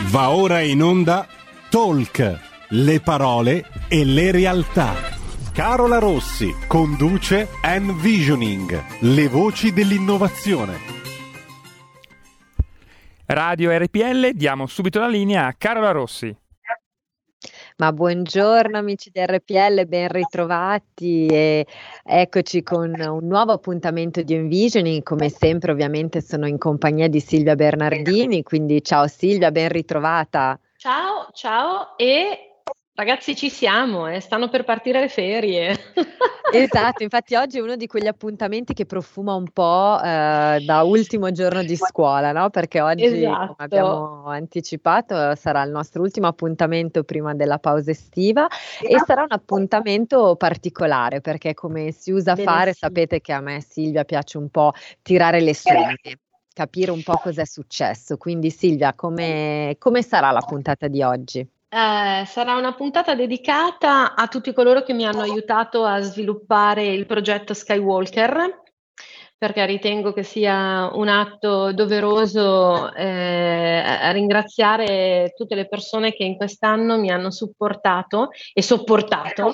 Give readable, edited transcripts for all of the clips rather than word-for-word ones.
Va ora in onda Talk, le parole e le realtà. Carola Rossi conduce Envisioning, le voci dell'innovazione. Radio RPL, diamo subito la linea a Carola Rossi. Ma buongiorno amici di RPL, ben ritrovati e eccoci con un nuovo appuntamento di Envisioning. Come sempre ovviamente sono in compagnia di Silvia Bernardini, quindi ciao Silvia, ben ritrovata. Ciao e ragazzi ci siamo, stanno per partire le ferie. Esatto, infatti oggi è uno di quegli appuntamenti che profuma un po' da ultimo giorno di scuola, no? Perché oggi, come abbiamo anticipato, sarà il nostro ultimo appuntamento prima della pausa estiva e sarà un appuntamento particolare perché come si usa fare, sapete che a me Silvia piace un po' tirare le somme, capire un po' cosa è successo. Quindi Silvia, come sarà la puntata di oggi? Sarà una puntata dedicata a tutti coloro che mi hanno aiutato a sviluppare il progetto Skywalker, perché ritengo che sia un atto doveroso a ringraziare tutte le persone che in quest'anno mi hanno supportato e sopportato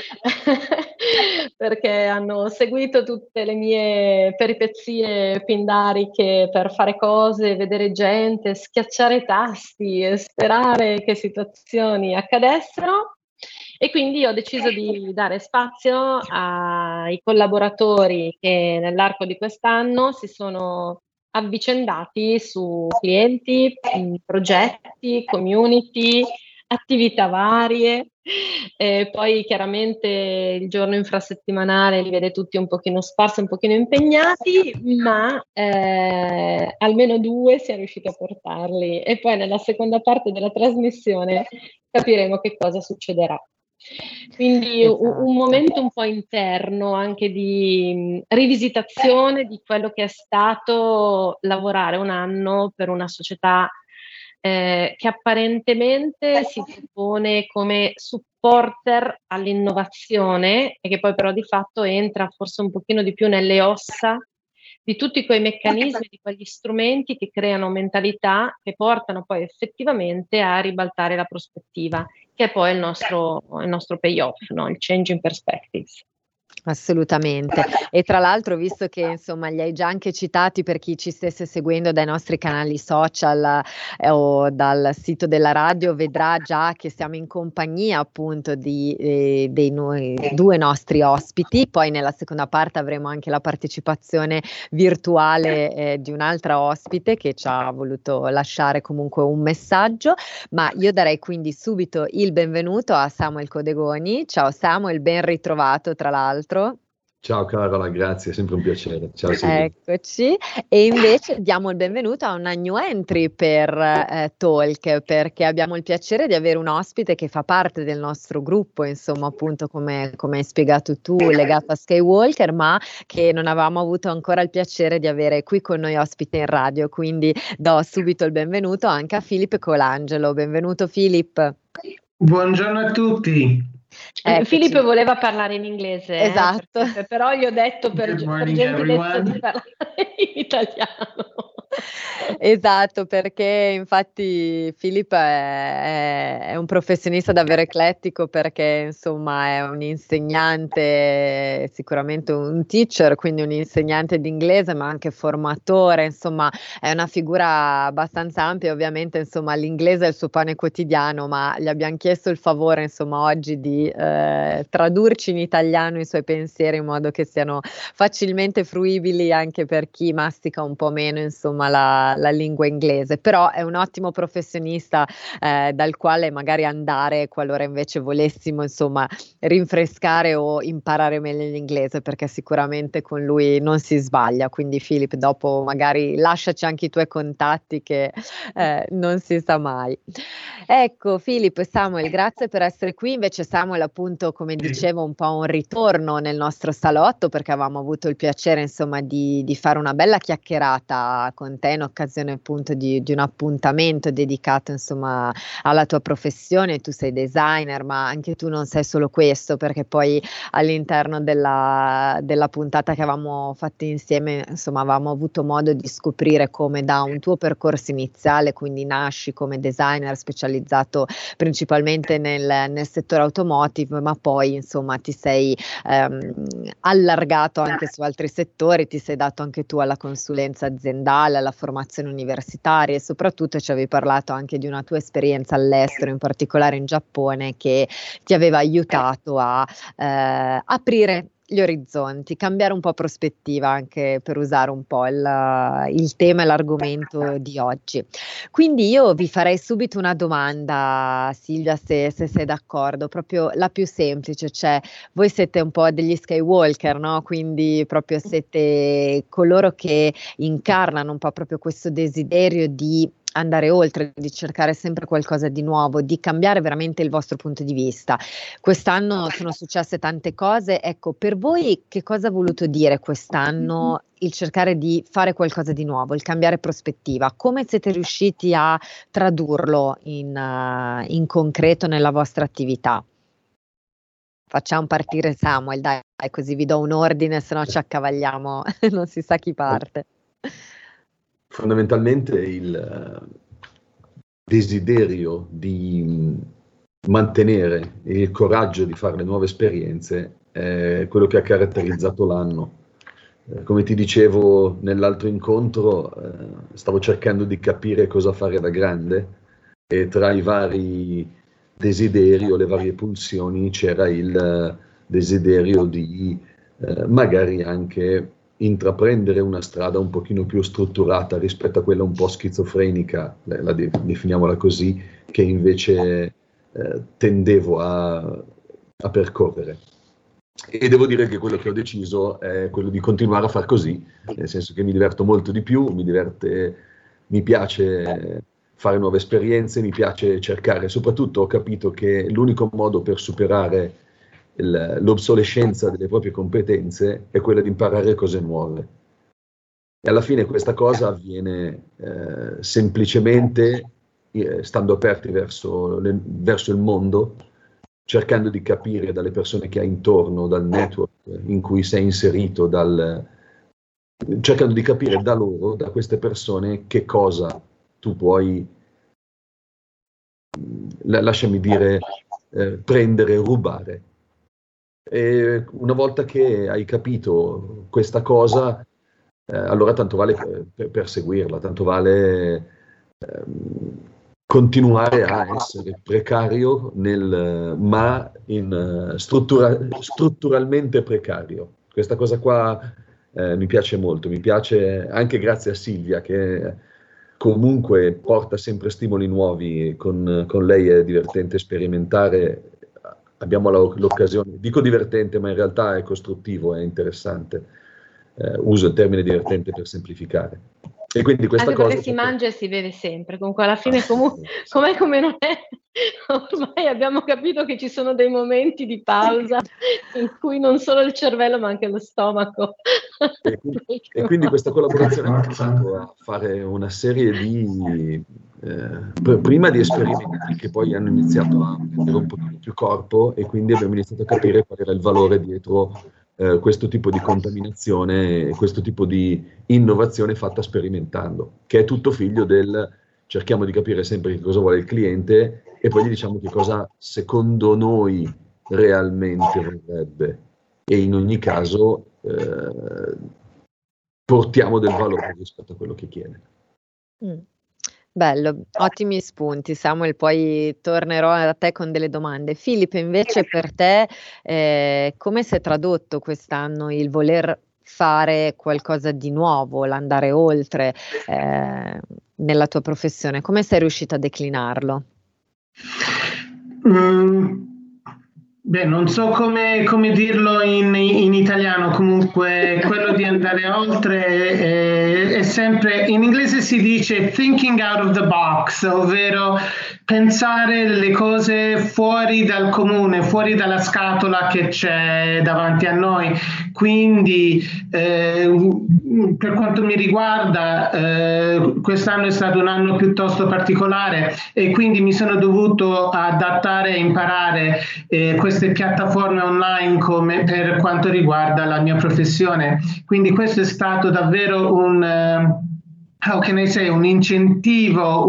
perché hanno seguito tutte le mie peripezie pindariche per fare cose, vedere gente, schiacciare tasti e sperare che situazioni accadessero. E quindi ho deciso di dare spazio ai collaboratori che nell'arco di quest'anno si sono avvicendati su clienti, progetti, community, attività varie. E poi chiaramente il giorno infrasettimanale li vede tutti un pochino sparsi, un pochino impegnati, ma almeno 2 siamo riusciti a portarli e poi nella seconda parte della trasmissione capiremo che cosa succederà. Quindi un momento un po' interno anche di rivisitazione di quello che è stato lavorare un anno per una società che apparentemente si propone come supporter all'innovazione e che poi però di fatto entra forse un pochino di più nelle ossa di tutti quei meccanismi, di quegli strumenti che creano mentalità che portano poi effettivamente a ribaltare la prospettiva, che è poi il nostro payoff, no? Il change in perspectives. Assolutamente. E tra l'altro, visto che insomma li hai già anche citati per chi ci stesse seguendo dai nostri canali social o dal sito della radio, vedrà già che siamo in compagnia appunto dei 2 nostri ospiti. Poi nella seconda parte avremo anche la partecipazione virtuale di un'altra ospite che ci ha voluto lasciare comunque un messaggio, ma io darei quindi subito il benvenuto a Samuel Codegoni. Ciao Samuel, ben ritrovato tra l'altro. Ciao Carola, grazie, è sempre un piacere. Ciao Silvia. Eccoci, e invece diamo il benvenuto a una new entry per Talk, perché abbiamo il piacere di avere un ospite che fa parte del nostro gruppo, insomma appunto come hai spiegato tu, legato a Skywalker, ma che non avevamo avuto ancora il piacere di avere qui con noi ospite in radio, quindi do subito il benvenuto anche a Filippo Colangelo. Benvenuto Filippo. Buongiorno a tutti. Filippo voleva parlare in inglese, esatto. Però gli ho detto per gentilezza di parlare in italiano. Esatto, perché infatti Filippo è un professionista davvero eclettico, perché insomma è un insegnante, sicuramente un teacher, quindi un insegnante di inglese, ma anche formatore, insomma è una figura abbastanza ampia. Ovviamente insomma l'inglese è il suo pane quotidiano, ma gli abbiamo chiesto il favore insomma oggi di tradurci in italiano i suoi pensieri in modo che siano facilmente fruibili anche per chi mastica un po' meno insomma la lingua inglese. Però è un ottimo professionista dal quale magari andare qualora invece volessimo insomma rinfrescare o imparare meglio l'inglese, perché sicuramente con lui non si sbaglia. Quindi Filippo, dopo magari lasciaci anche i tuoi contatti, che non si sa mai. Ecco Filippo e Samuel, grazie per essere qui. Invece Samuel, appunto, come dicevo, un po' un ritorno nel nostro salotto, perché avevamo avuto il piacere insomma di fare una bella chiacchierata con con te in occasione appunto di un appuntamento dedicato insomma alla tua professione. Tu sei designer, ma anche tu non sei solo questo, perché poi all'interno della puntata che avevamo fatto insieme, insomma, avevamo avuto modo di scoprire come da un tuo percorso iniziale, quindi nasci come designer specializzato principalmente nel settore automotive, ma poi insomma ti sei allargato anche su altri settori, ti sei dato anche tu alla consulenza aziendale, alla formazione universitaria, e soprattutto ci avevi parlato anche di una tua esperienza all'estero, in particolare in Giappone, che ti aveva aiutato a aprire gli orizzonti, cambiare un po' prospettiva, anche per usare un po' il tema e l'argomento di oggi. Quindi io vi farei subito una domanda, Silvia, se sei d'accordo, proprio la più semplice, cioè voi siete un po' degli Skywalker, no? Quindi proprio siete coloro che incarnano un po' proprio questo desiderio di andare oltre, di cercare sempre qualcosa di nuovo, di cambiare veramente il vostro punto di vista. Quest'anno sono successe tante cose, ecco, per voi che cosa ha voluto dire quest'anno il cercare di fare qualcosa di nuovo, il cambiare prospettiva? Come siete riusciti a tradurlo in concreto nella vostra attività? Facciamo partire Samuel, dai, così vi do un ordine, se no ci accavaliamo, non si sa chi parte. Fondamentalmente il desiderio di mantenere il coraggio di fare le nuove esperienze è quello che ha caratterizzato l'anno. Come ti dicevo nell'altro incontro, stavo cercando di capire cosa fare da grande, e tra i vari desideri o le varie pulsioni c'era il desiderio di magari anche intraprendere una strada un pochino più strutturata rispetto a quella un po' schizofrenica, definiamola così, che invece tendevo a percorrere. E devo dire che quello che ho deciso è quello di continuare a far così, nel senso che mi diverto molto di più, mi piace fare nuove esperienze, mi piace cercare, soprattutto ho capito che l'unico modo per superare l'obsolescenza delle proprie competenze è quella di imparare cose nuove. E alla fine questa cosa avviene semplicemente stando aperti verso il mondo, cercando di capire dalle persone che hai intorno, dal network in cui sei inserito, cercando di capire da loro, da queste persone, che cosa tu puoi, lasciami dire, prendere, rubare. E una volta che hai capito questa cosa, allora tanto vale perseguirla, tanto vale continuare a essere precario ma strutturalmente precario. Questa cosa qua mi piace molto, mi piace anche grazie a Silvia, che comunque porta sempre stimoli nuovi. Con lei è divertente sperimentare. Abbiamo l'occasione, dico divertente, ma in realtà è costruttivo, è interessante. Uso il termine divertente per semplificare. E quindi questa anche cosa perché si mangia e si beve sempre, comunque alla fine com'è come non è, ormai abbiamo capito che ci sono dei momenti di pausa in cui non solo il cervello ma anche lo stomaco. E quindi questa collaborazione ha portato a fare una serie di prima di esperimenti che poi hanno iniziato a prendere un po' più corpo, e quindi abbiamo iniziato a capire qual era il valore dietro questo tipo di contaminazione, questo tipo di innovazione fatta sperimentando, che è tutto figlio del cerchiamo di capire sempre che cosa vuole il cliente e poi gli diciamo che cosa secondo noi realmente vorrebbe, e in ogni caso portiamo del valore rispetto a quello che chiede. Bello, ottimi spunti Samuel, poi tornerò a te con delle domande. Filippo, invece per te come si è tradotto quest'anno il voler fare qualcosa di nuovo, l'andare oltre nella tua professione? Come sei riuscito a declinarlo? Beh, non so come dirlo in italiano, comunque quello di andare oltre è sempre, in inglese si dice thinking out of the box, ovvero pensare le cose fuori dal comune, fuori dalla scatola che c'è davanti a noi. Quindi per quanto mi riguarda, quest'anno è stato un anno piuttosto particolare e quindi mi sono dovuto adattare e imparare queste piattaforme online come per quanto riguarda la mia professione. Quindi questo è stato davvero un incentivo,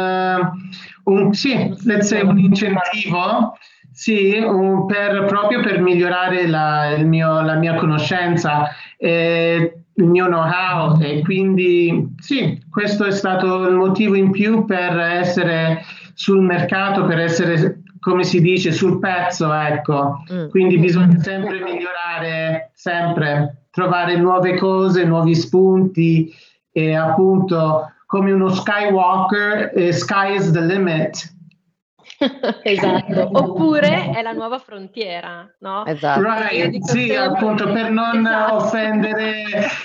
un incentivo, sì, proprio per migliorare la mia conoscenza, il mio know-how, e quindi sì, questo è stato il motivo in più per essere sul mercato, per essere, come si dice, sul pezzo, ecco. Quindi bisogna sempre migliorare, sempre trovare nuove cose, nuovi spunti, e appunto come uno Skywalker, sky is the limit. Esatto, oppure è la nuova frontiera, no? Esatto. Right, sì, appunto, per non offendere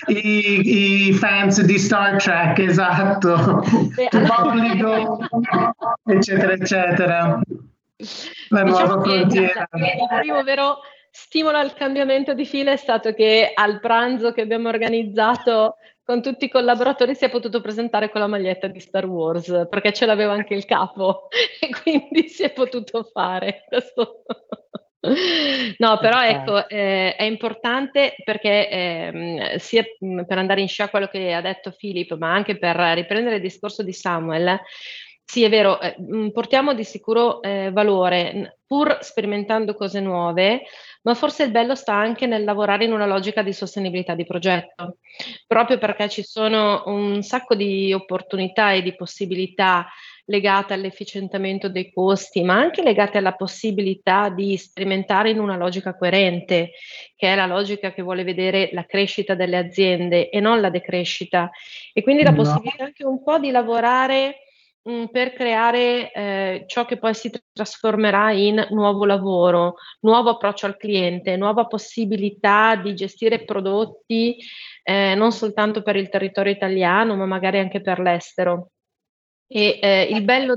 i fans di Star Trek, esatto, l'obbligo, eccetera, eccetera. La nuova frontiera. Il primo vero stimolo al cambiamento di fila è stato che al pranzo che abbiamo organizzato con tutti i collaboratori si è potuto presentare con la maglietta di Star Wars, perché ce l'aveva anche il capo e quindi si è potuto fare questo. No, però ecco, è importante perché sia per andare in scia quello che ha detto Philip, ma anche per riprendere il discorso di Samuel. Sì, è vero, portiamo di sicuro valore, pur sperimentando cose nuove, ma forse il bello sta anche nel lavorare in una logica di sostenibilità di progetto, proprio perché ci sono un sacco di opportunità e di possibilità legate all'efficientamento dei costi, ma anche legate alla possibilità di sperimentare in una logica coerente, che è la logica che vuole vedere la crescita delle aziende e non la decrescita, e quindi la possibilità anche un po' di lavorare per creare ciò che poi si trasformerà in nuovo lavoro, nuovo approccio al cliente, nuova possibilità di gestire prodotti non soltanto per il territorio italiano, ma magari anche per l'estero. E il bello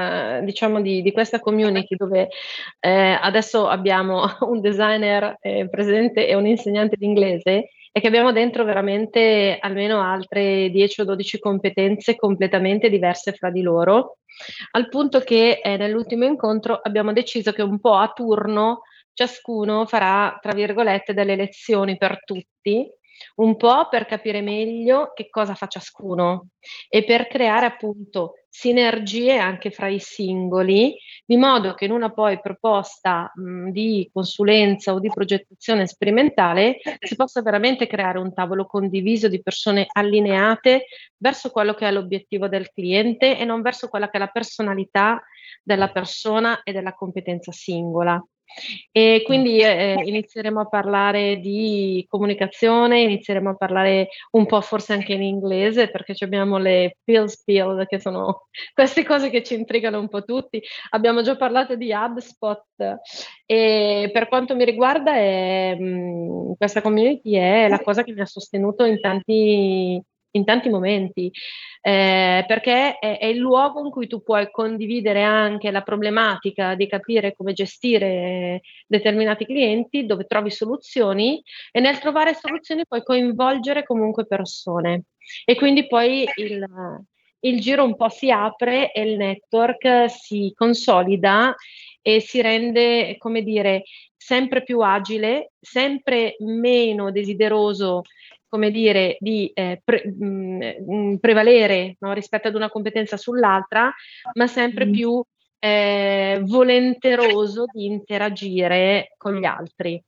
di questa community, dove adesso abbiamo un designer presente e un insegnante di inglese, è che abbiamo dentro veramente almeno altre 10 o 12 competenze completamente diverse fra di loro, al punto che nell'ultimo incontro abbiamo deciso che un po' a turno ciascuno farà, tra virgolette, delle lezioni per tutti, un po' per capire meglio che cosa fa ciascuno e per creare appunto sinergie anche fra i singoli, di modo che in una poi proposta di consulenza o di progettazione sperimentale si possa veramente creare un tavolo condiviso di persone allineate verso quello che è l'obiettivo del cliente e non verso quella che è la personalità della persona e della competenza singola. E quindi inizieremo a parlare di comunicazione, inizieremo a parlare un po' forse anche in inglese, perché abbiamo le pill, che sono queste cose che ci intrigano un po' tutti. Abbiamo già parlato di HubSpot e per quanto mi riguarda questa community è la cosa che mi ha sostenuto in tanti momenti, perché è il luogo in cui tu puoi condividere anche la problematica di capire come gestire determinati clienti, dove trovi soluzioni e nel trovare soluzioni puoi coinvolgere comunque persone e quindi poi il giro un po' si apre e il network si consolida e si rende, come dire, sempre più agile, sempre meno desideroso, come dire, di prevalere, no, rispetto ad una competenza sull'altra, ma sempre più volenteroso di interagire con gli altri.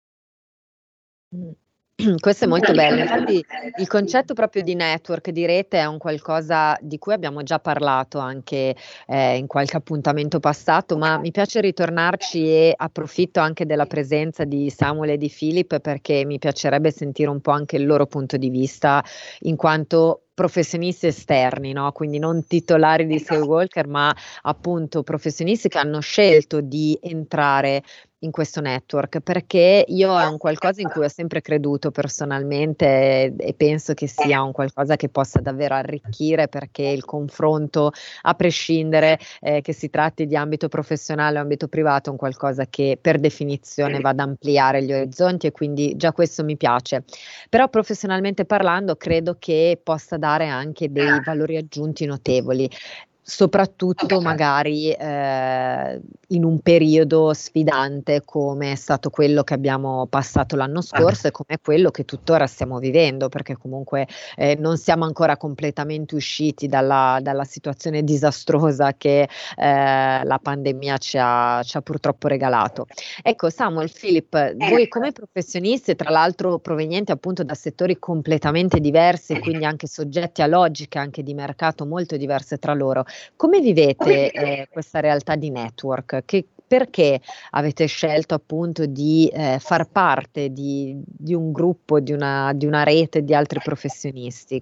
Questo è molto bello, infatti il concetto proprio di network, di rete è un qualcosa di cui abbiamo già parlato anche in qualche appuntamento passato, ma mi piace ritornarci e approfitto anche della presenza di Samuel e di Philip perché mi piacerebbe sentire un po' anche il loro punto di vista in quanto professionisti esterni, no? Quindi non titolari di Skywalker, ma appunto professionisti che hanno scelto di entrare in questo network, perché io è un qualcosa in cui ho sempre creduto personalmente e penso che sia un qualcosa che possa davvero arricchire, perché il confronto, a prescindere che si tratti di ambito professionale o ambito privato, è un qualcosa che per definizione va ad ampliare gli orizzonti, e quindi già questo mi piace. Però professionalmente parlando credo che possa dare anche dei valori aggiunti notevoli, soprattutto magari in un periodo sfidante come è stato quello che abbiamo passato l'anno scorso e come è quello che tuttora stiamo vivendo, perché comunque non siamo ancora completamente usciti dalla situazione disastrosa che la pandemia ci ha purtroppo regalato. Ecco, Samuel, Philip, voi come professionisti, tra l'altro provenienti appunto da settori completamente diversi, quindi anche soggetti a logiche anche di mercato molto diverse tra loro, come vivete questa realtà di network? Perché avete scelto appunto di far parte di un gruppo, di una rete di altri professionisti?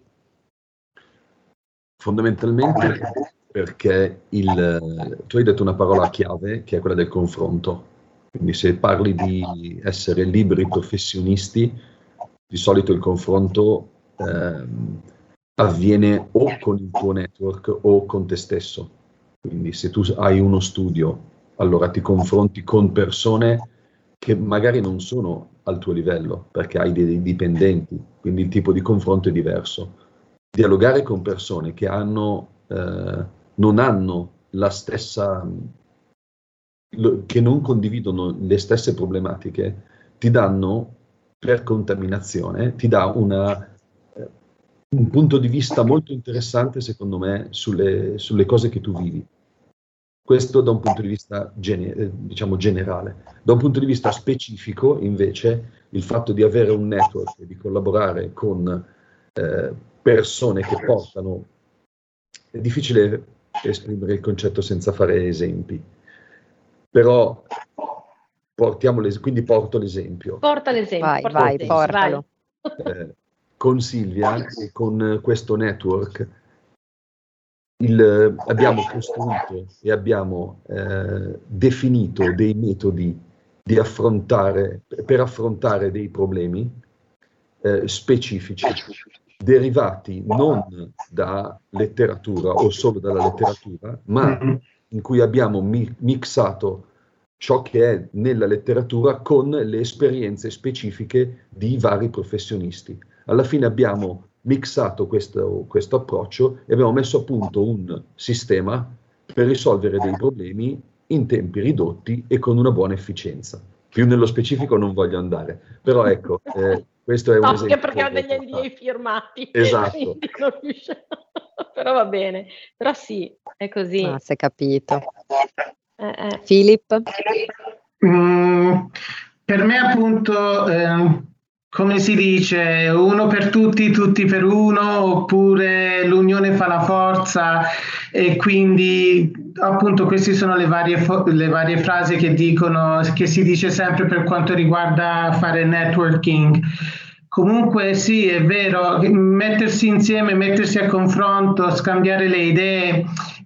Fondamentalmente perché tu hai detto una parola chiave che è quella del confronto. Quindi se parli di essere liberi professionisti, di solito il confronto avviene o con il tuo network o con te stesso. Quindi se tu hai uno studio, allora ti confronti con persone che magari non sono al tuo livello, perché hai dei dipendenti, quindi il tipo di confronto è diverso. Dialogare con persone che non hanno la stessa, che non condividono le stesse problematiche, ti danno, per contaminazione, ti dà un punto di vista molto interessante, secondo me, sulle cose che tu vivi. Questo da un punto di vista diciamo generale. Da un punto di vista specifico, invece, il fatto di avere un network e di collaborare con persone che portano... È difficile esprimere il concetto senza fare esempi, però quindi porto l'esempio. Porta l'esempio. Vai, portalo. Con Silvia e con questo network abbiamo costruito e abbiamo definito dei metodi per affrontare dei problemi specifici, derivati non da letteratura o solo dalla letteratura, ma in cui abbiamo mixato ciò che è nella letteratura con le esperienze specifiche di vari professionisti. Alla fine abbiamo mixato questo approccio e abbiamo messo a punto un sistema per risolvere dei problemi in tempi ridotti e con una buona efficienza. Più nello specifico non voglio andare, però ecco, questo è un esempio. Perché ho degli NDA firmati. Esatto. Però va bene, però sì, è così. Ah, si è capito. Philip? Per me appunto, come si dice, uno per tutti, tutti per uno, oppure l'unione fa la forza, e quindi appunto queste sono le varie frasi che si dice sempre per quanto riguarda fare networking. Comunque sì, è vero, mettersi insieme, mettersi a confronto, scambiare le idee,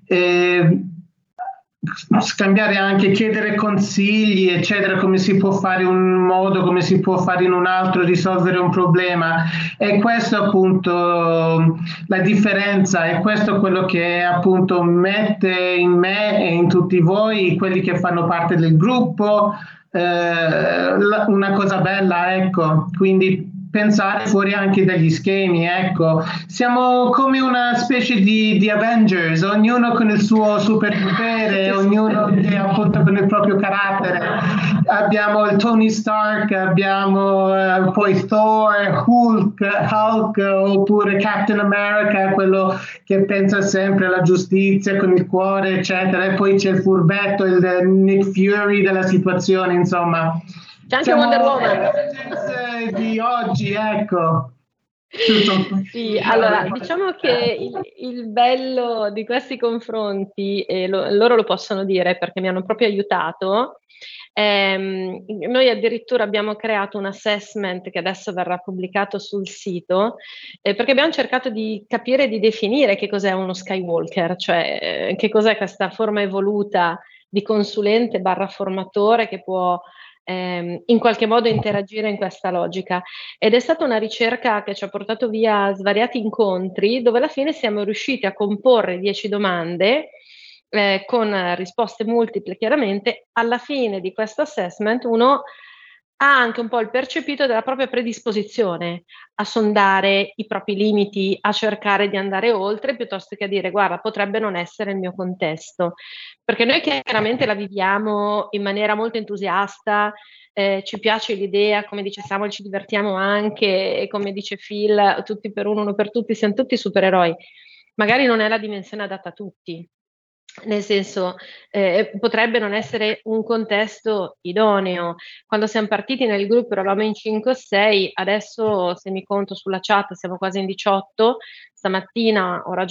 scambiare anche, chiedere consigli, eccetera, come si può fare in un modo, come si può fare in un altro, risolvere un problema. E questo appunto la differenza, e questo è quello che appunto mette in me e in tutti voi, quelli che fanno parte del gruppo, una cosa bella, ecco, quindi pensare fuori anche dagli schemi, ecco. Siamo come una specie di Avengers, ognuno con il suo superpotere, ognuno che appunto con il proprio carattere. Abbiamo il Tony Stark, abbiamo poi Thor, Hulk, oppure Captain America, quello che pensa sempre alla giustizia con il cuore, eccetera, e poi c'è il furbetto, il Nick Fury della situazione, insomma. C'è anche Wonder Woman di oggi, ecco. Sì, allora diciamo che il bello di questi confronti, e loro lo possono dire perché mi hanno proprio aiutato, noi addirittura abbiamo creato un assessment che adesso verrà pubblicato sul sito, perché abbiamo cercato di capire e di definire che cos'è uno Skywalker, cioè che cos'è questa forma evoluta di consulente / formatore che può in qualche modo interagire in questa logica. Ed è stata una ricerca che ci ha portato via svariati incontri, dove alla fine siamo riusciti a comporre 10 domande con risposte multiple. Chiaramente alla fine di questo assessment uno ha anche un po' il percepito della propria predisposizione a sondare i propri limiti, a cercare di andare oltre, piuttosto che a dire guarda, potrebbe non essere il mio contesto. Perché noi chiaramente la viviamo in maniera molto entusiasta, ci piace l'idea, come dice Samuel, ci divertiamo anche, e come dice Phil, tutti per uno per tutti, siamo tutti supereroi. Magari non è la dimensione adatta a tutti. Nel senso, potrebbe non essere un contesto idoneo. Quando siamo partiti nel gruppo eravamo in 5 o 6, adesso se mi conto sulla chat siamo quasi in 18, stamattina ho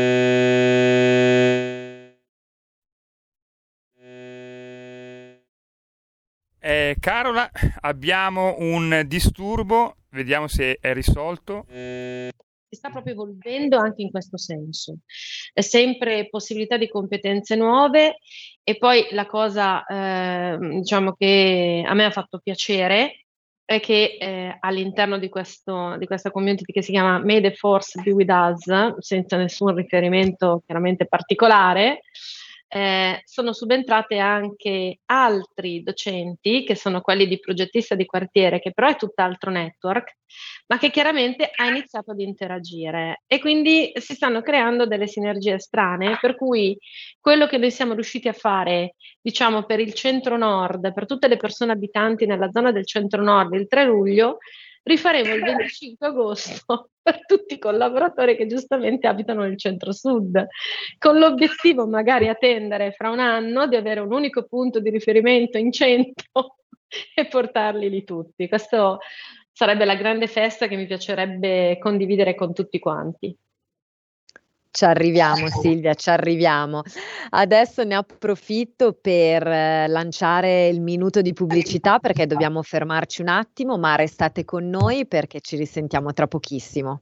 Carola, abbiamo un disturbo, vediamo se è risolto. Si sta proprio evolvendo anche in questo senso. È sempre possibilità di competenze nuove, e poi la cosa diciamo che a me ha fatto piacere è che all'interno di questa community che si chiama May the Force Be With Us, senza nessun riferimento chiaramente particolare, sono subentrate anche altri docenti, che sono quelli di progettista di quartiere, che però è tutt'altro network, ma che chiaramente ha iniziato ad interagire, e quindi si stanno creando delle sinergie strane, per cui quello che noi siamo riusciti a fare, diciamo, per il centro-nord, per tutte le persone abitanti nella zona del centro-nord il 3 luglio, rifaremo il 25 agosto per tutti i collaboratori che giustamente abitano nel centro-sud, con l'obiettivo magari a tendere fra un anno di avere un unico punto di riferimento in centro e portarli lì tutti. Questo sarebbe la grande festa che mi piacerebbe condividere con tutti quanti. Ci arriviamo Silvia, ci arriviamo. Adesso ne approfitto per lanciare il minuto di pubblicità, perché dobbiamo fermarci un attimo, ma restate con noi perché ci risentiamo tra pochissimo.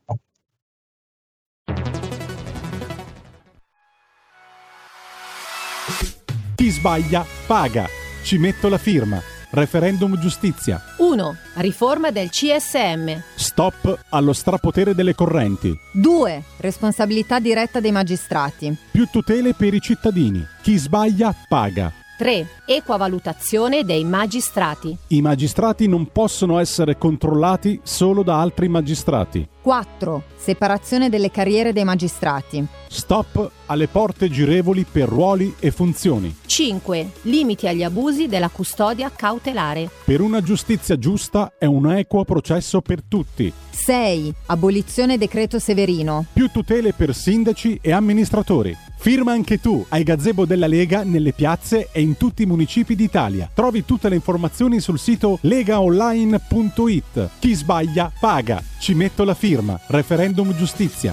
Chi sbaglia paga. Ci metto la firma. Referendum giustizia. 1. Riforma del CSM. Stop allo strapotere delle correnti. 2. Responsabilità diretta dei magistrati. Più tutele per i cittadini. Chi sbaglia paga. 3. Equa valutazione dei magistrati. I magistrati non possono essere controllati solo da altri magistrati. 4. Separazione delle carriere dei magistrati. Stop alle porte girevoli per ruoli e funzioni. 5. Limiti agli abusi della custodia cautelare. Per una giustizia giusta e un equo processo per tutti. 6. Abolizione decreto Severino. Più tutele per sindaci e amministratori. Firma anche tu ai gazebo della Lega nelle piazze e in tutti i municipi d'Italia. Trovi tutte le informazioni sul sito legaonline.it. Chi sbaglia paga. Ci metto la firma. Referendum giustizia.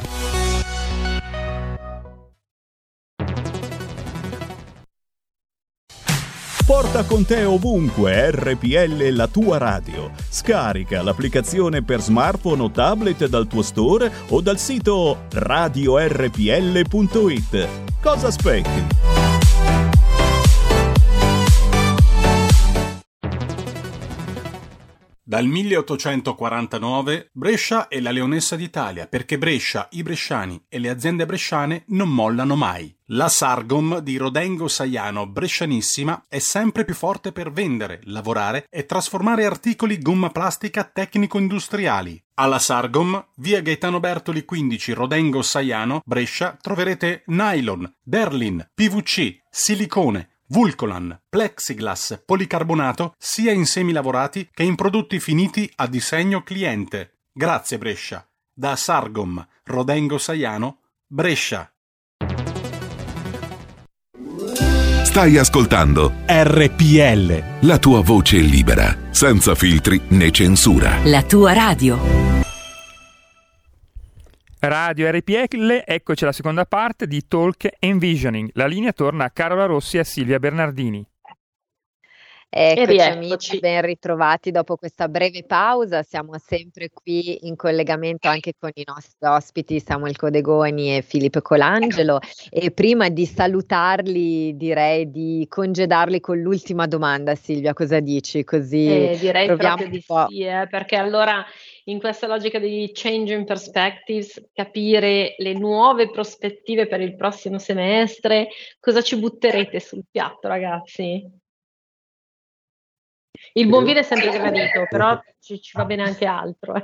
Porta con te ovunque RPL, la tua radio. Scarica l'applicazione per smartphone o tablet dal tuo store o dal sito radiorpl.it. Cosa aspetti? Dal 1849 Brescia è la leonessa d'Italia, perché Brescia, i bresciani e le aziende bresciane non mollano mai. La Sargom di Rodengo Saiano Brescianissima è sempre più forte per vendere, lavorare e trasformare articoli gomma plastica tecnico-industriali. Alla Sargom, via Gaetano Bertoli 15 Rodengo Saiano, Brescia, troverete nylon, derlin, PVC, silicone, Vulcolan, plexiglass, policarbonato, sia in semi lavorati che in prodotti finiti a disegno cliente. Grazie Brescia. Da Sargom, Rodengo Saiano, Brescia. Stai ascoltando RPL. La tua voce libera, senza filtri né censura. La tua radio. Radio RPL, eccoci alla seconda parte di Talk Envisioning. La linea torna a Carola Rossi e a Silvia Bernardini. Eccoci amici, ben ritrovati dopo questa breve pausa. Siamo sempre qui in collegamento anche con i nostri ospiti Samuel Codegoni e Filippo Colangelo, e prima di salutarli direi di congedarli con l'ultima domanda. Silvia, cosa dici? Così direi proviamo proprio di un po'. sì, perché allora in questa logica di changing perspectives, capire le nuove prospettive per il prossimo semestre, cosa ci butterete sul piatto, ragazzi? Il buon vino è sempre gradito, però ci va bene anche altro.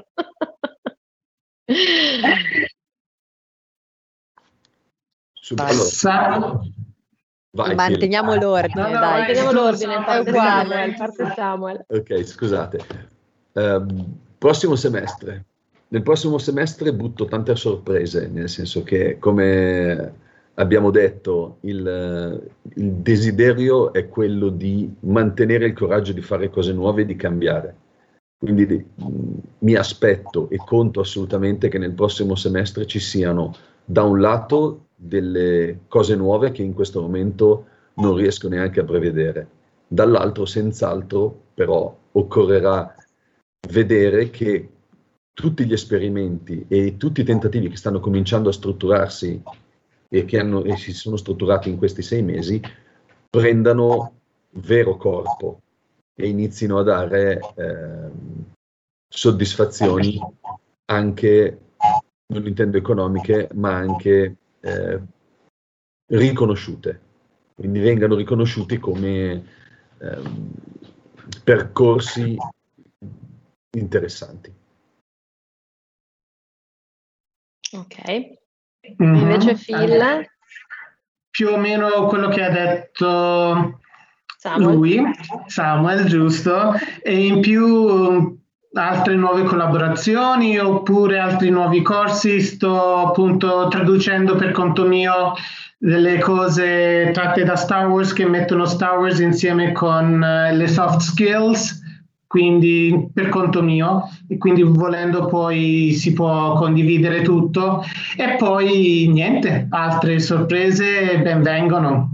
Vai, manteniamo l'ordine, dai. Manteniamo l'ordine, parte Samuel. Ok, scusate. Prossimo semestre. Nel prossimo semestre butto tante sorprese, nel senso che, come abbiamo detto, il desiderio è quello di mantenere il coraggio di fare cose nuove e di cambiare. Quindi mi aspetto e conto assolutamente che nel prossimo semestre ci siano, da un lato, delle cose nuove che in questo momento non riesco neanche a prevedere. Dall'altro, senz'altro, però, occorrerà vedere che tutti gli esperimenti e tutti i tentativi che stanno cominciando a strutturarsi e che si sono strutturati in questi 6 mesi prendano vero corpo e inizino a dare soddisfazioni anche, non intendo economiche, ma anche riconosciute, quindi vengano riconosciuti come percorsi interessanti. Ok. Invece Phil? Più o meno quello che ha detto Samuel, giusto, e in più altre nuove collaborazioni oppure altri nuovi corsi. Sto appunto traducendo per conto mio delle cose tratte da Star Wars che mettono Star Wars insieme con le soft skills, quindi per conto mio, e quindi volendo poi si può condividere tutto, e poi niente, altre sorprese benvengono.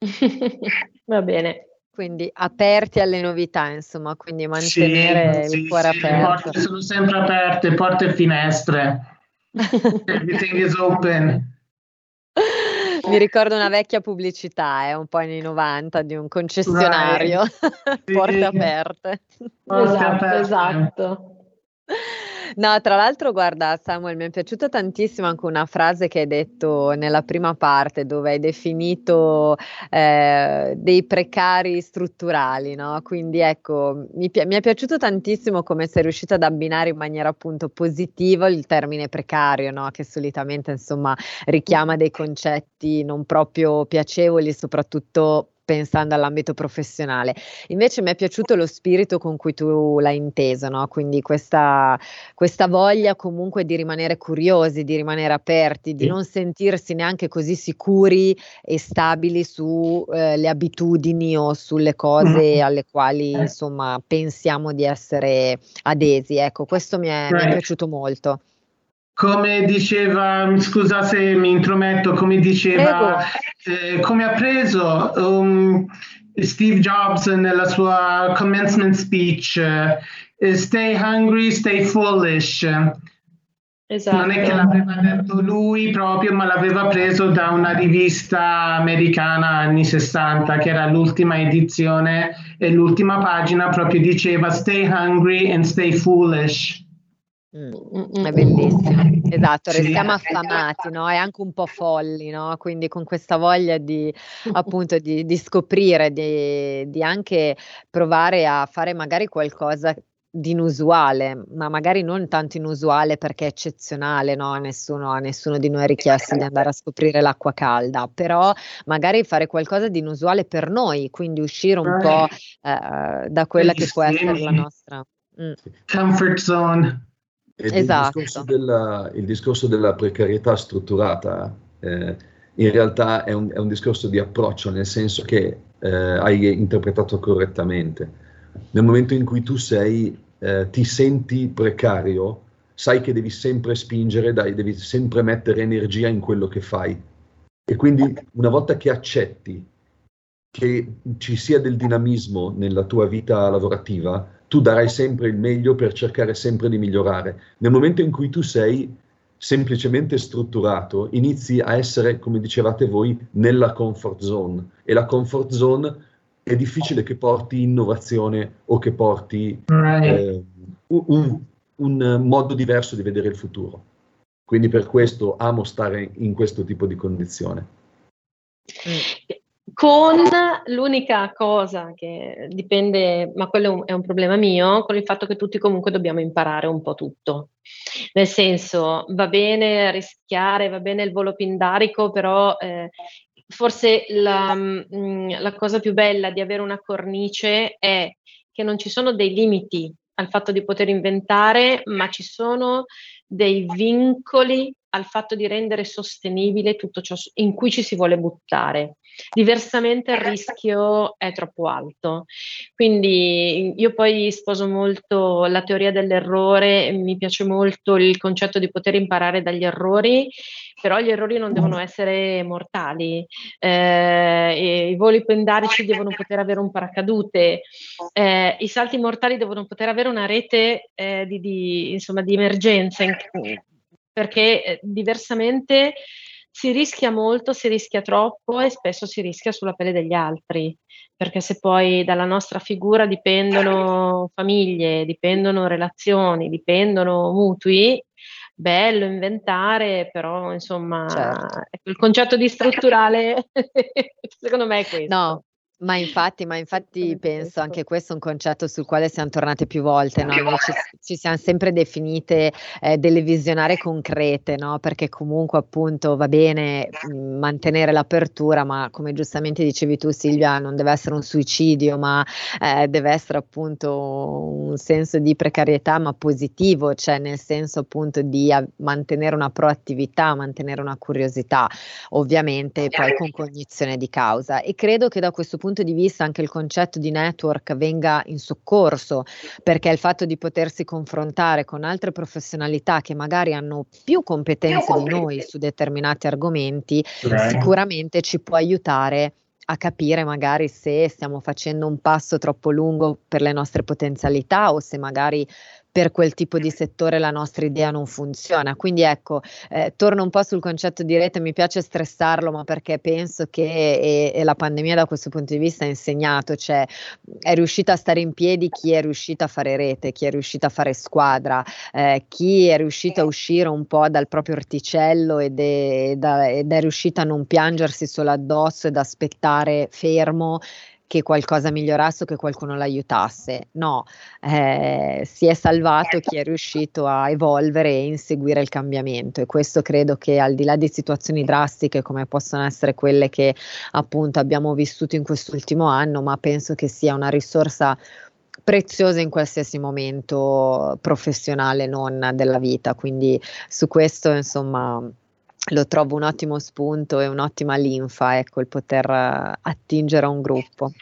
Va bene. Quindi aperti alle novità, insomma, quindi mantenere il cuore aperto. Le porte sono sempre aperte, porte e finestre. Everything is open. Mi ricordo una vecchia pubblicità, un po' anni 90, di un concessionario, porte aperte. Esatto. No, tra l'altro, guarda Samuel, mi è piaciuta tantissimo anche una frase che hai detto nella prima parte, dove hai definito dei precari strutturali, no? Quindi ecco, mi è piaciuto tantissimo come sei riuscita ad abbinare in maniera appunto positiva il termine precario, no? Che solitamente insomma richiama dei concetti non proprio piacevoli, soprattutto pensando all'ambito professionale. Invece mi è piaciuto lo spirito con cui tu l'hai inteso, no? Quindi questa voglia comunque di rimanere curiosi, di rimanere aperti, di non sentirsi neanche così sicuri e stabili su le abitudini o sulle cose alle quali insomma pensiamo di essere adesi. Ecco, questo mi è piaciuto molto. Come diceva, scusa se mi intrometto, come diceva, come ha preso Steve Jobs nella sua commencement speech, stay hungry, stay foolish. Esatto. Non è che l'aveva detto lui proprio, ma l'aveva preso da una rivista americana anni 60, che era l'ultima edizione, e l'ultima pagina proprio diceva stay hungry and stay foolish. È bellissimo, esatto, restiamo affamati, no? E anche un po' folli, no? Quindi con questa voglia di appunto di scoprire, di anche provare a fare magari qualcosa di inusuale, ma magari non tanto inusuale perché è eccezionale, no? A nessuno di noi è richiesto di andare a scoprire l'acqua calda, però magari fare qualcosa di inusuale per noi, quindi uscire un po' da quella che può essere la nostra comfort zone. Esatto. Il discorso della precarietà strutturata in realtà è un discorso di approccio, nel senso che hai interpretato correttamente. Nel momento in cui tu ti senti precario, sai che devi sempre spingere, devi sempre mettere energia in quello che fai. E quindi una volta che accetti che ci sia del dinamismo nella tua vita lavorativa, tu darai sempre il meglio per cercare sempre di migliorare. Nel momento in cui tu sei semplicemente strutturato, inizi a essere, come dicevate voi, nella comfort zone, e la comfort zone è difficile che porti innovazione o che porti un modo diverso di vedere il futuro. Quindi per questo amo stare in questo tipo di condizione. Con l'unica cosa che dipende, ma quello è un problema mio, con il fatto che tutti comunque dobbiamo imparare un po' tutto. Nel senso, va bene rischiare, va bene il volo pindarico, però forse la cosa più bella di avere una cornice è che non ci sono dei limiti al fatto di poter inventare, ma ci sono dei vincoli al fatto di rendere sostenibile tutto ciò in cui ci si vuole buttare. Diversamente il rischio è troppo alto. Quindi io poi sposo molto la teoria dell'errore, mi piace molto il concetto di poter imparare dagli errori, però gli errori non devono essere mortali. I voli pindarici devono poter avere un paracadute, i salti mortali devono poter avere una rete di emergenza, perché diversamente si rischia molto, si rischia troppo e spesso si rischia sulla pelle degli altri, perché se poi dalla nostra figura dipendono famiglie, dipendono relazioni, dipendono mutui, bello inventare, però insomma certo. Il concetto di strutturale secondo me è questo. No. Ma infatti penso anche questo è un concetto sul quale siamo tornate più volte, no? Noi ci siamo sempre definite delle visionarie concrete, no? Perché comunque appunto va bene mantenere l'apertura, ma come giustamente dicevi tu Silvia, non deve essere un suicidio, ma deve essere appunto un senso di precarietà, ma positivo, cioè nel senso appunto di mantenere una proattività, mantenere una curiosità, ovviamente poi con cognizione di causa. E credo che da questo punto di vista anche il concetto di network venga in soccorso, perché il fatto di potersi confrontare con altre professionalità che magari hanno più competenze di noi su determinati argomenti sicuramente ci può aiutare a capire magari se stiamo facendo un passo troppo lungo per le nostre potenzialità o se magari per quel tipo di settore la nostra idea non funziona. Quindi ecco, torno un po' sul concetto di rete, mi piace stressarlo, ma perché penso che e la pandemia da questo punto di vista ha insegnato, cioè è riuscita a stare in piedi chi è riuscito a fare rete, chi è riuscito a fare squadra, chi è riuscito a uscire un po' dal proprio orticello ed è riuscito a non piangersi solo addosso ed aspettare fermo che qualcosa migliorasse o che qualcuno l'aiutasse. No, si è salvato chi è riuscito a evolvere e inseguire il cambiamento, e questo credo che al di là di situazioni drastiche come possono essere quelle che appunto abbiamo vissuto in quest'ultimo anno, ma penso che sia una risorsa preziosa in qualsiasi momento professionale, non della vita. Quindi su questo insomma lo trovo un ottimo spunto e un'ottima linfa, ecco, il poter attingere a un gruppo.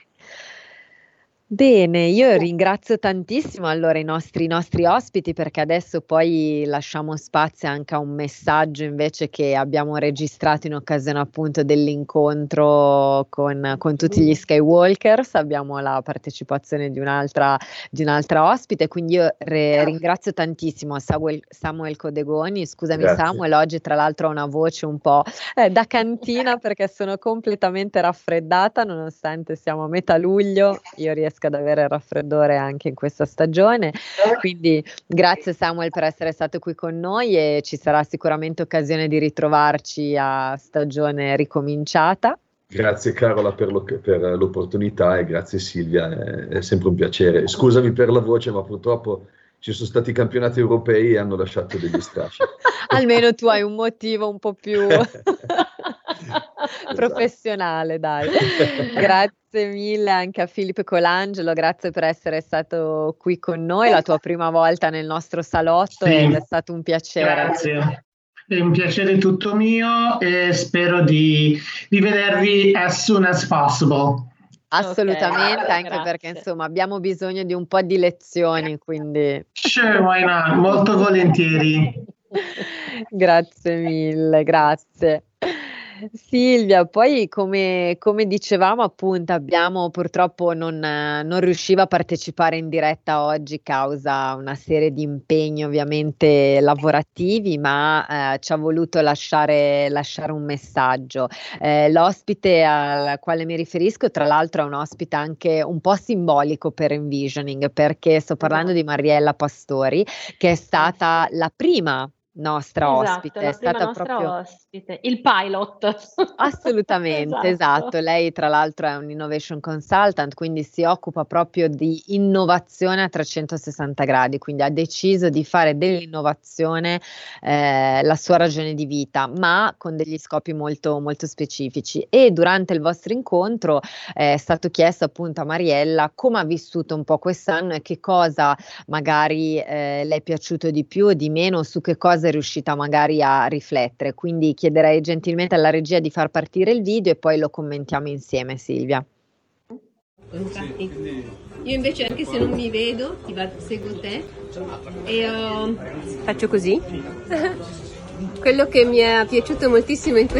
Bene, io ringrazio tantissimo allora i nostri ospiti, perché adesso poi lasciamo spazio anche a un messaggio invece che abbiamo registrato in occasione appunto dell'incontro con tutti gli Skywalkers. Abbiamo la partecipazione di un'altra ospite, quindi io ringrazio tantissimo Samuel Codegoni. Scusami. Grazie. Samuel, oggi tra l'altro ho una voce un po' da cantina perché sono completamente raffreddata, nonostante siamo a metà luglio, io riesco ad avere il raffreddore anche in questa stagione, quindi grazie Samuel per essere stato qui con noi, e ci sarà sicuramente occasione di ritrovarci a stagione ricominciata. Grazie Carola per l'opportunità, e grazie Silvia, è sempre un piacere. Scusami per la voce, ma purtroppo ci sono stati i campionati europei e hanno lasciato degli strascichi. Almeno tu hai un motivo un po' più professionale, dai. Grazie mille anche a Filippo Colangelo, grazie per essere stato qui con noi, la tua prima volta nel nostro salotto, sì. Ed è stato un piacere. Grazie, è un piacere tutto mio e spero di vedervi as soon as possible. Assolutamente, okay, anche grazie. Perché insomma abbiamo bisogno di un po' di lezioni, quindi... Sure, why not? Molto volentieri. Grazie mille, grazie. Silvia, poi come dicevamo appunto purtroppo non riusciva a partecipare in diretta oggi causa una serie di impegni ovviamente lavorativi, ma ci ha voluto lasciare un messaggio. L'ospite al quale mi riferisco, tra l'altro, è un ospite anche un po' simbolico per Envisioning, perché sto parlando di Mariella Pastori, che è stata la prima nostra ospite, la è prima stata nostra proprio ospite, il pilot. assolutamente, esatto. Lei tra l'altro è un innovation consultant, quindi si occupa proprio di innovazione a 360 gradi, quindi ha deciso di fare dell'innovazione la sua ragione di vita, ma con degli scopi molto, molto specifici. E durante il vostro incontro è stato chiesto appunto a Mariella come ha vissuto un po' quest'anno e che cosa magari le è piaciuto di più o di meno, su che cosa è riuscita magari a riflettere. Quindi chiederei gentilmente alla regia di far partire il video e poi lo commentiamo insieme, Silvia. Infatti, io invece, anche se non mi vedo, seguo te e faccio così. Quello che mi è piaciuto moltissimo in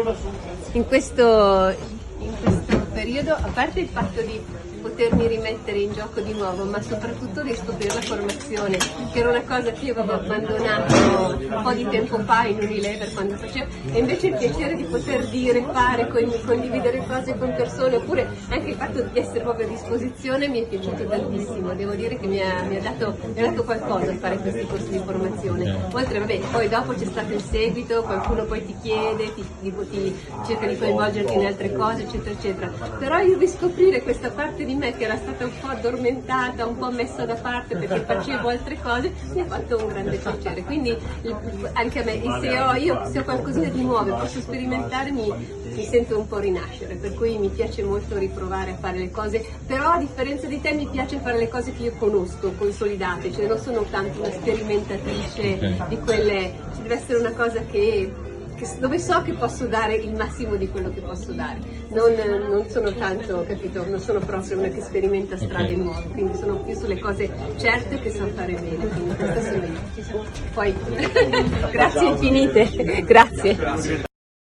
questo periodo, a parte il fatto di potermi rimettere in gioco di nuovo, ma soprattutto riscoprire la formazione, che era una cosa che io avevo abbandonato un po' di tempo fa in Unilever quando facevo, e invece il piacere di poter dire, fare, condividere cose con persone, oppure anche il fatto di essere proprio a disposizione mi è piaciuto tantissimo. Devo dire che mi ha dato qualcosa fare questi corsi di formazione. Oltre, poi dopo c'è stato il seguito, qualcuno poi ti chiede, ti cerca di coinvolgerti in altre cose, eccetera, eccetera. Però il riscoprire questa parte di me che era stata un po' addormentata, un po' messa da parte perché facevo altre cose, mi ha fatto un grande piacere. Quindi anche a me, se ho qualcosina di nuovo e posso sperimentare, mi sento un po' rinascere, per cui mi piace molto riprovare a fare le cose, però a differenza di te mi piace fare le cose che io conosco, consolidate, cioè non sono tanto una sperimentatrice di quelle, ci deve essere una cosa dove so che posso dare il massimo di quello che posso dare, non sono tanto, capito, non sono proprio una che sperimenta strade nuove, quindi sono più sulle cose certe che so fare bene, quindi questa sono io. Poi grazie infinite, grazie.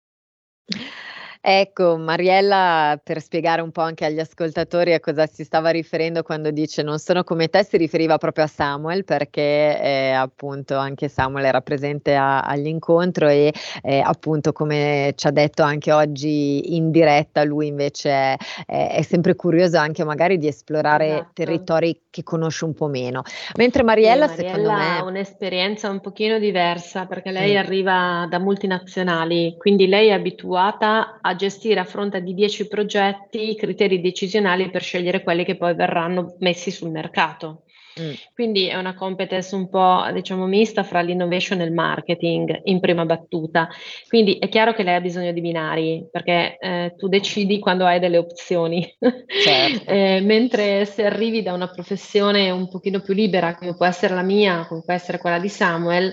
Ecco, Mariella, per spiegare un po' anche agli ascoltatori a cosa si stava riferendo quando dice non sono come te, si riferiva proprio a Samuel, perché appunto anche Samuel era presente all'incontro e appunto, come ci ha detto anche oggi in diretta, lui invece è sempre curioso anche magari di esplorare territori che conosce un po' meno. Mentre Mariella secondo me ha un'esperienza un pochino diversa, perché lei arriva da multinazionali, quindi lei è abituata a gestire a fronte di 10 progetti i criteri decisionali per scegliere quelli che poi verranno messi sul mercato. Quindi è una competence un po', diciamo, mista fra l'innovation e il marketing in prima battuta. Quindi è chiaro che lei ha bisogno di binari, perché tu decidi quando hai delle opzioni. Certo. Mentre se arrivi da una professione un pochino più libera, come può essere la mia, come può essere quella di Samuel,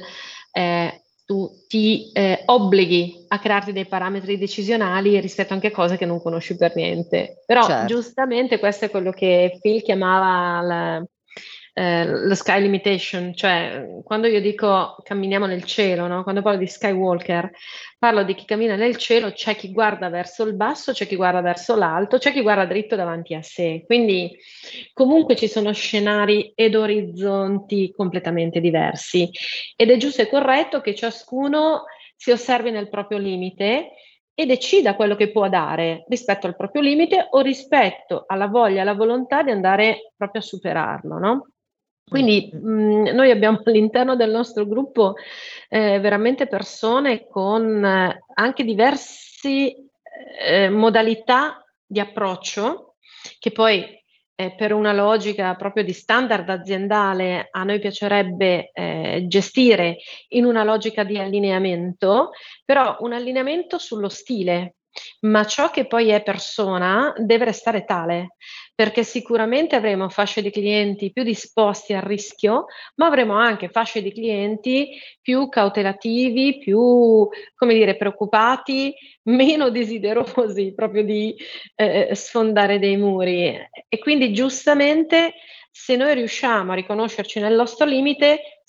tu ti obblighi a crearti dei parametri decisionali rispetto anche a cose che non conosci per niente. Però giustamente questo è quello che Phil chiamava lo sky limitation, cioè quando io dico camminiamo nel cielo, no? Quando parlo di skywalker, parlo di chi cammina nel cielo, c'è chi guarda verso il basso, c'è chi guarda verso l'alto, c'è chi guarda dritto davanti a sé, quindi comunque ci sono scenari ed orizzonti completamente diversi ed è giusto e corretto che ciascuno si osservi nel proprio limite e decida quello che può dare rispetto al proprio limite o rispetto alla voglia, alla volontà di andare proprio a superarlo, no? Quindi noi abbiamo all'interno del nostro gruppo veramente persone con anche diverse modalità di approccio che poi per una logica proprio di standard aziendale a noi piacerebbe gestire in una logica di allineamento, però un allineamento sullo stile, ma ciò che poi è persona deve restare tale, perché sicuramente avremo fasce di clienti più disposti al rischio, ma avremo anche fasce di clienti più cautelativi, più, come dire, preoccupati, meno desiderosi proprio di sfondare dei muri. E quindi giustamente se noi riusciamo a riconoscerci nel nostro limite,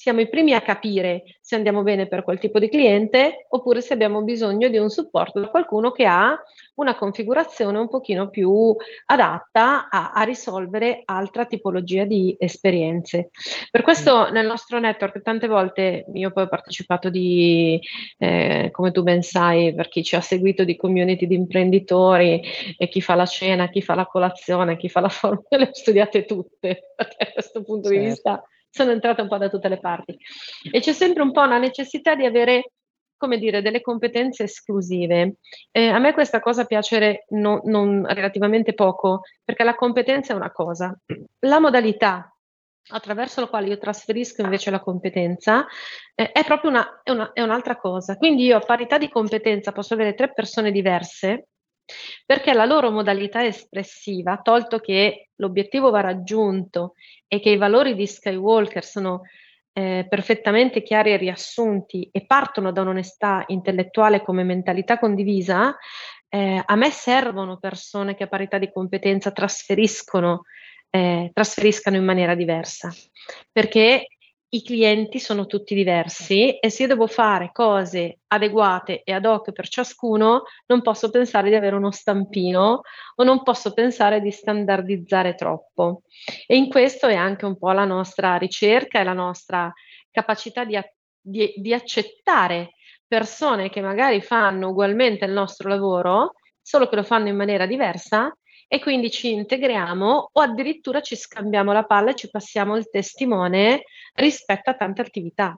siamo i primi a capire se andiamo bene per quel tipo di cliente oppure se abbiamo bisogno di un supporto da qualcuno che ha una configurazione un pochino più adatta a risolvere altra tipologia di esperienze. Per questo nel nostro network tante volte, io poi ho partecipato come tu ben sai, per chi ci ha seguito, di community di imprenditori, e chi fa la cena, chi fa la colazione, chi fa la formula, le ho studiate tutte, perché a questo punto di vista sono entrata un po' da tutte le parti. E c'è sempre un po' una necessità di avere, come dire, delle competenze esclusive. A me questa cosa piace non relativamente poco, perché la competenza è una cosa, la modalità attraverso la quale io trasferisco invece la competenza è proprio è un'altra cosa. Quindi io a parità di competenza posso avere 3 persone diverse, perché la loro modalità espressiva, tolto che l'obiettivo va raggiunto e che i valori di Skywalker sono perfettamente chiari e riassunti e partono da un'onestà intellettuale come mentalità condivisa, a me servono persone che a parità di competenza trasferiscano in maniera diversa, perché i clienti sono tutti diversi e se io devo fare cose adeguate e ad hoc per ciascuno, non posso pensare di avere uno stampino o non posso pensare di standardizzare troppo. E in questo è anche un po' la nostra ricerca e la nostra capacità di accettare persone che magari fanno ugualmente il nostro lavoro, solo che lo fanno in maniera diversa, e quindi ci integriamo o addirittura ci scambiamo la palla e ci passiamo il testimone rispetto a tante attività.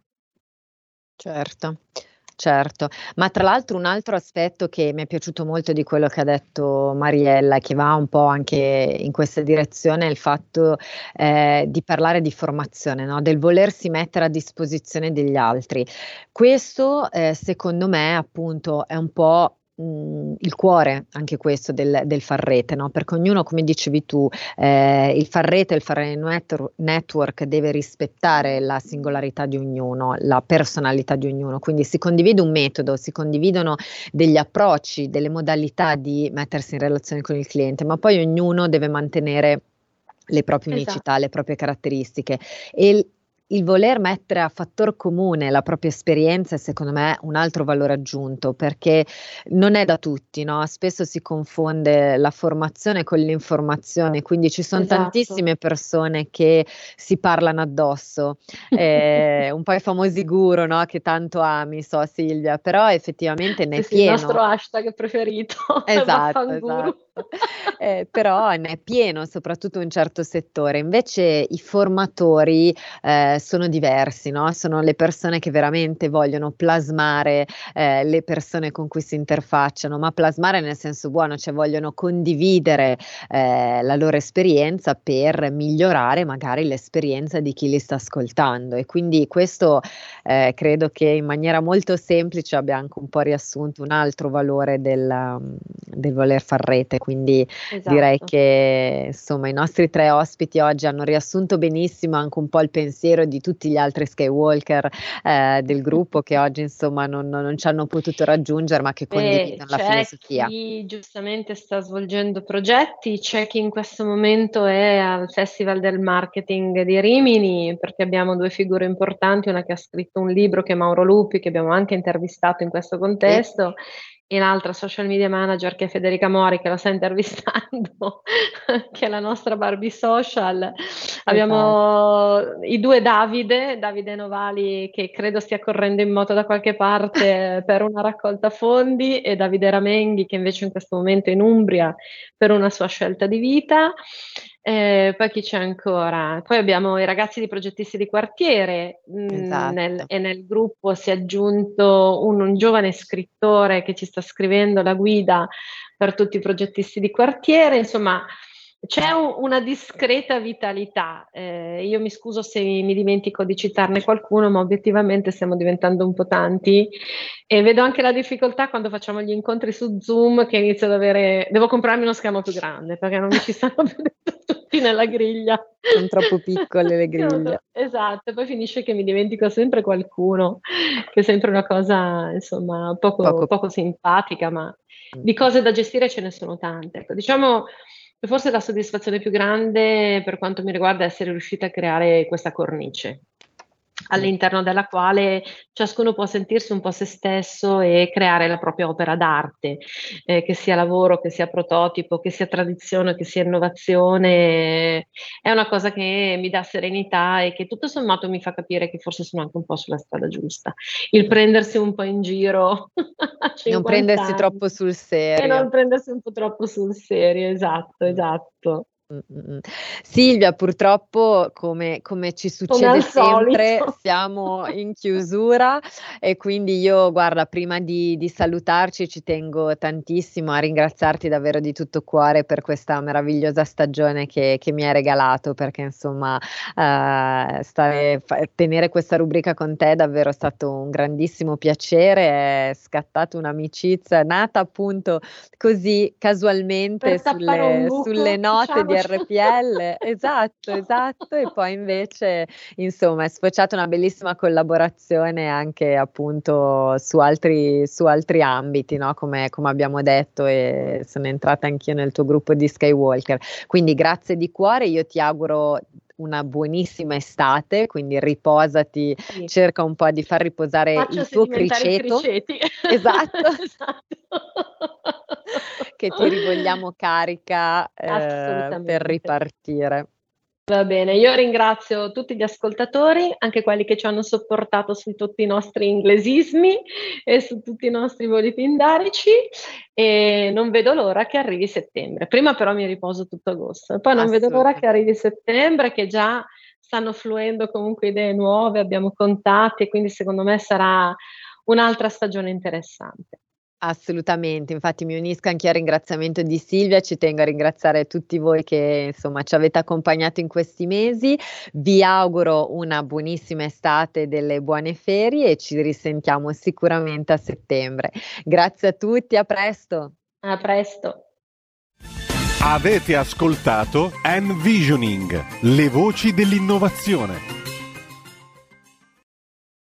Certo, ma tra l'altro un altro aspetto che mi è piaciuto molto di quello che ha detto Mariella, che va un po' anche in questa direzione, è il fatto di parlare di formazione, no? Del volersi mettere a disposizione degli altri. Questo secondo me appunto è un po' il cuore anche questo del far rete, no? Perché ognuno, come dicevi tu, il far rete, il fare network deve rispettare la singolarità di ognuno, la personalità di ognuno, quindi si condivide un metodo, si condividono degli approcci, delle modalità di mettersi in relazione con il cliente, ma poi ognuno deve mantenere le proprie unicità, le proprie caratteristiche, e il voler mettere a fattor comune la propria esperienza è secondo me un altro valore aggiunto, perché non è da tutti, no? Spesso si confonde la formazione con l'informazione, quindi ci sono tantissime persone che si parlano addosso, un po' i famosi guru, no? Che tanto ami, so Silvia, però effettivamente ne è pieno. Il nostro hashtag preferito. Esatto. Però ne è pieno, soprattutto in un certo settore. Invece i formatori sono diversi, no? Sono le persone che veramente vogliono plasmare le persone con cui si interfacciano, ma plasmare nel senso buono, cioè vogliono condividere la loro esperienza per migliorare magari l'esperienza di chi li sta ascoltando, e quindi questo credo che in maniera molto semplice abbia anche un po' riassunto un altro valore del voler far rete, quindi direi che insomma i nostri 3 ospiti oggi hanno riassunto benissimo anche un po' il pensiero di tutti gli altri Skywalker del gruppo, che oggi insomma non ci hanno potuto raggiungere, ma che condividono la filosofia. C'è chi giustamente sta svolgendo progetti, c'è chi in questo momento è al Festival del Marketing di Rimini, perché abbiamo 2 figure importanti, una che ha scritto un libro, che è Mauro Lupi, che abbiamo anche intervistato in questo contesto, e l'altra social media manager, che è Federica Mori, che la sta intervistando, che è la nostra Barbie Social. Abbiamo i 2 Davide Novali, che credo stia correndo in moto da qualche parte per una raccolta fondi, e Davide Ramenghi, che invece in questo momento è in Umbria per una sua scelta di vita. Poi chi c'è ancora? Poi abbiamo i ragazzi di Progettisti di Quartiere, e nel gruppo si è aggiunto un giovane scrittore che ci sta scrivendo la guida per tutti i progettisti di quartiere. Insomma, c'è una discreta vitalità. Io mi scuso se mi dimentico di citarne qualcuno, ma obiettivamente stiamo diventando un po' tanti, e vedo anche la difficoltà quando facciamo gli incontri su Zoom, che inizio ad avere, devo comprarmi uno schermo più grande perché non mi ci stanno più tutti nella griglia. Sono troppo piccole le griglie. Esatto, poi finisce che mi dimentico sempre qualcuno, che è sempre una cosa insomma poco simpatica, ma di cose da gestire ce ne sono tante. Ecco, diciamo che forse la soddisfazione più grande per quanto mi riguarda è essere riuscita a creare questa cornice. all'interno della quale ciascuno può sentirsi un po' se stesso e creare la propria opera d'arte, che sia lavoro, che sia prototipo, che sia tradizione, che sia innovazione. È una cosa che mi dà serenità e che tutto sommato mi fa capire che forse sono anche un po' sulla strada giusta. Il prendersi un po' in giro non prendersi troppo sul serio. E non prendersi un po' troppo sul serio, esatto. Silvia, purtroppo come ci succede sempre siamo in chiusura e quindi io, guarda, prima di salutarci ci tengo tantissimo a ringraziarti davvero di tutto cuore per questa meravigliosa stagione che mi hai regalato, perché insomma tenere questa rubrica con te è davvero stato un grandissimo piacere, è scattata un'amicizia nata appunto così casualmente sulle note di RPL, esatto, e poi invece insomma è sfociata una bellissima collaborazione anche appunto su altri ambiti, no? Come abbiamo detto, e sono entrata anch'io nel tuo gruppo di Skywalker, quindi grazie di cuore, io ti auguro una buonissima estate, quindi riposati, sì. Cerca un po' di far riposare il tuo criceto, esatto. Che ti rivogliamo carica per ripartire. Va bene, io ringrazio tutti gli ascoltatori, anche quelli che ci hanno sopportato su tutti i nostri inglesismi e su tutti i nostri voli pindarici, e non vedo l'ora che arrivi settembre. Prima però mi riposo tutto agosto, poi non vedo l'ora che arrivi settembre, che già stanno fluendo comunque idee nuove, abbiamo contatti e quindi secondo me sarà un'altra stagione interessante. Assolutamente, infatti mi unisco anche al ringraziamento di Silvia, ci tengo a ringraziare tutti voi che insomma ci avete accompagnato in questi mesi, vi auguro una buonissima estate, delle buone ferie e ci risentiamo sicuramente a settembre. Grazie a tutti, a presto. A presto. Avete ascoltato Envisioning, le voci dell'innovazione.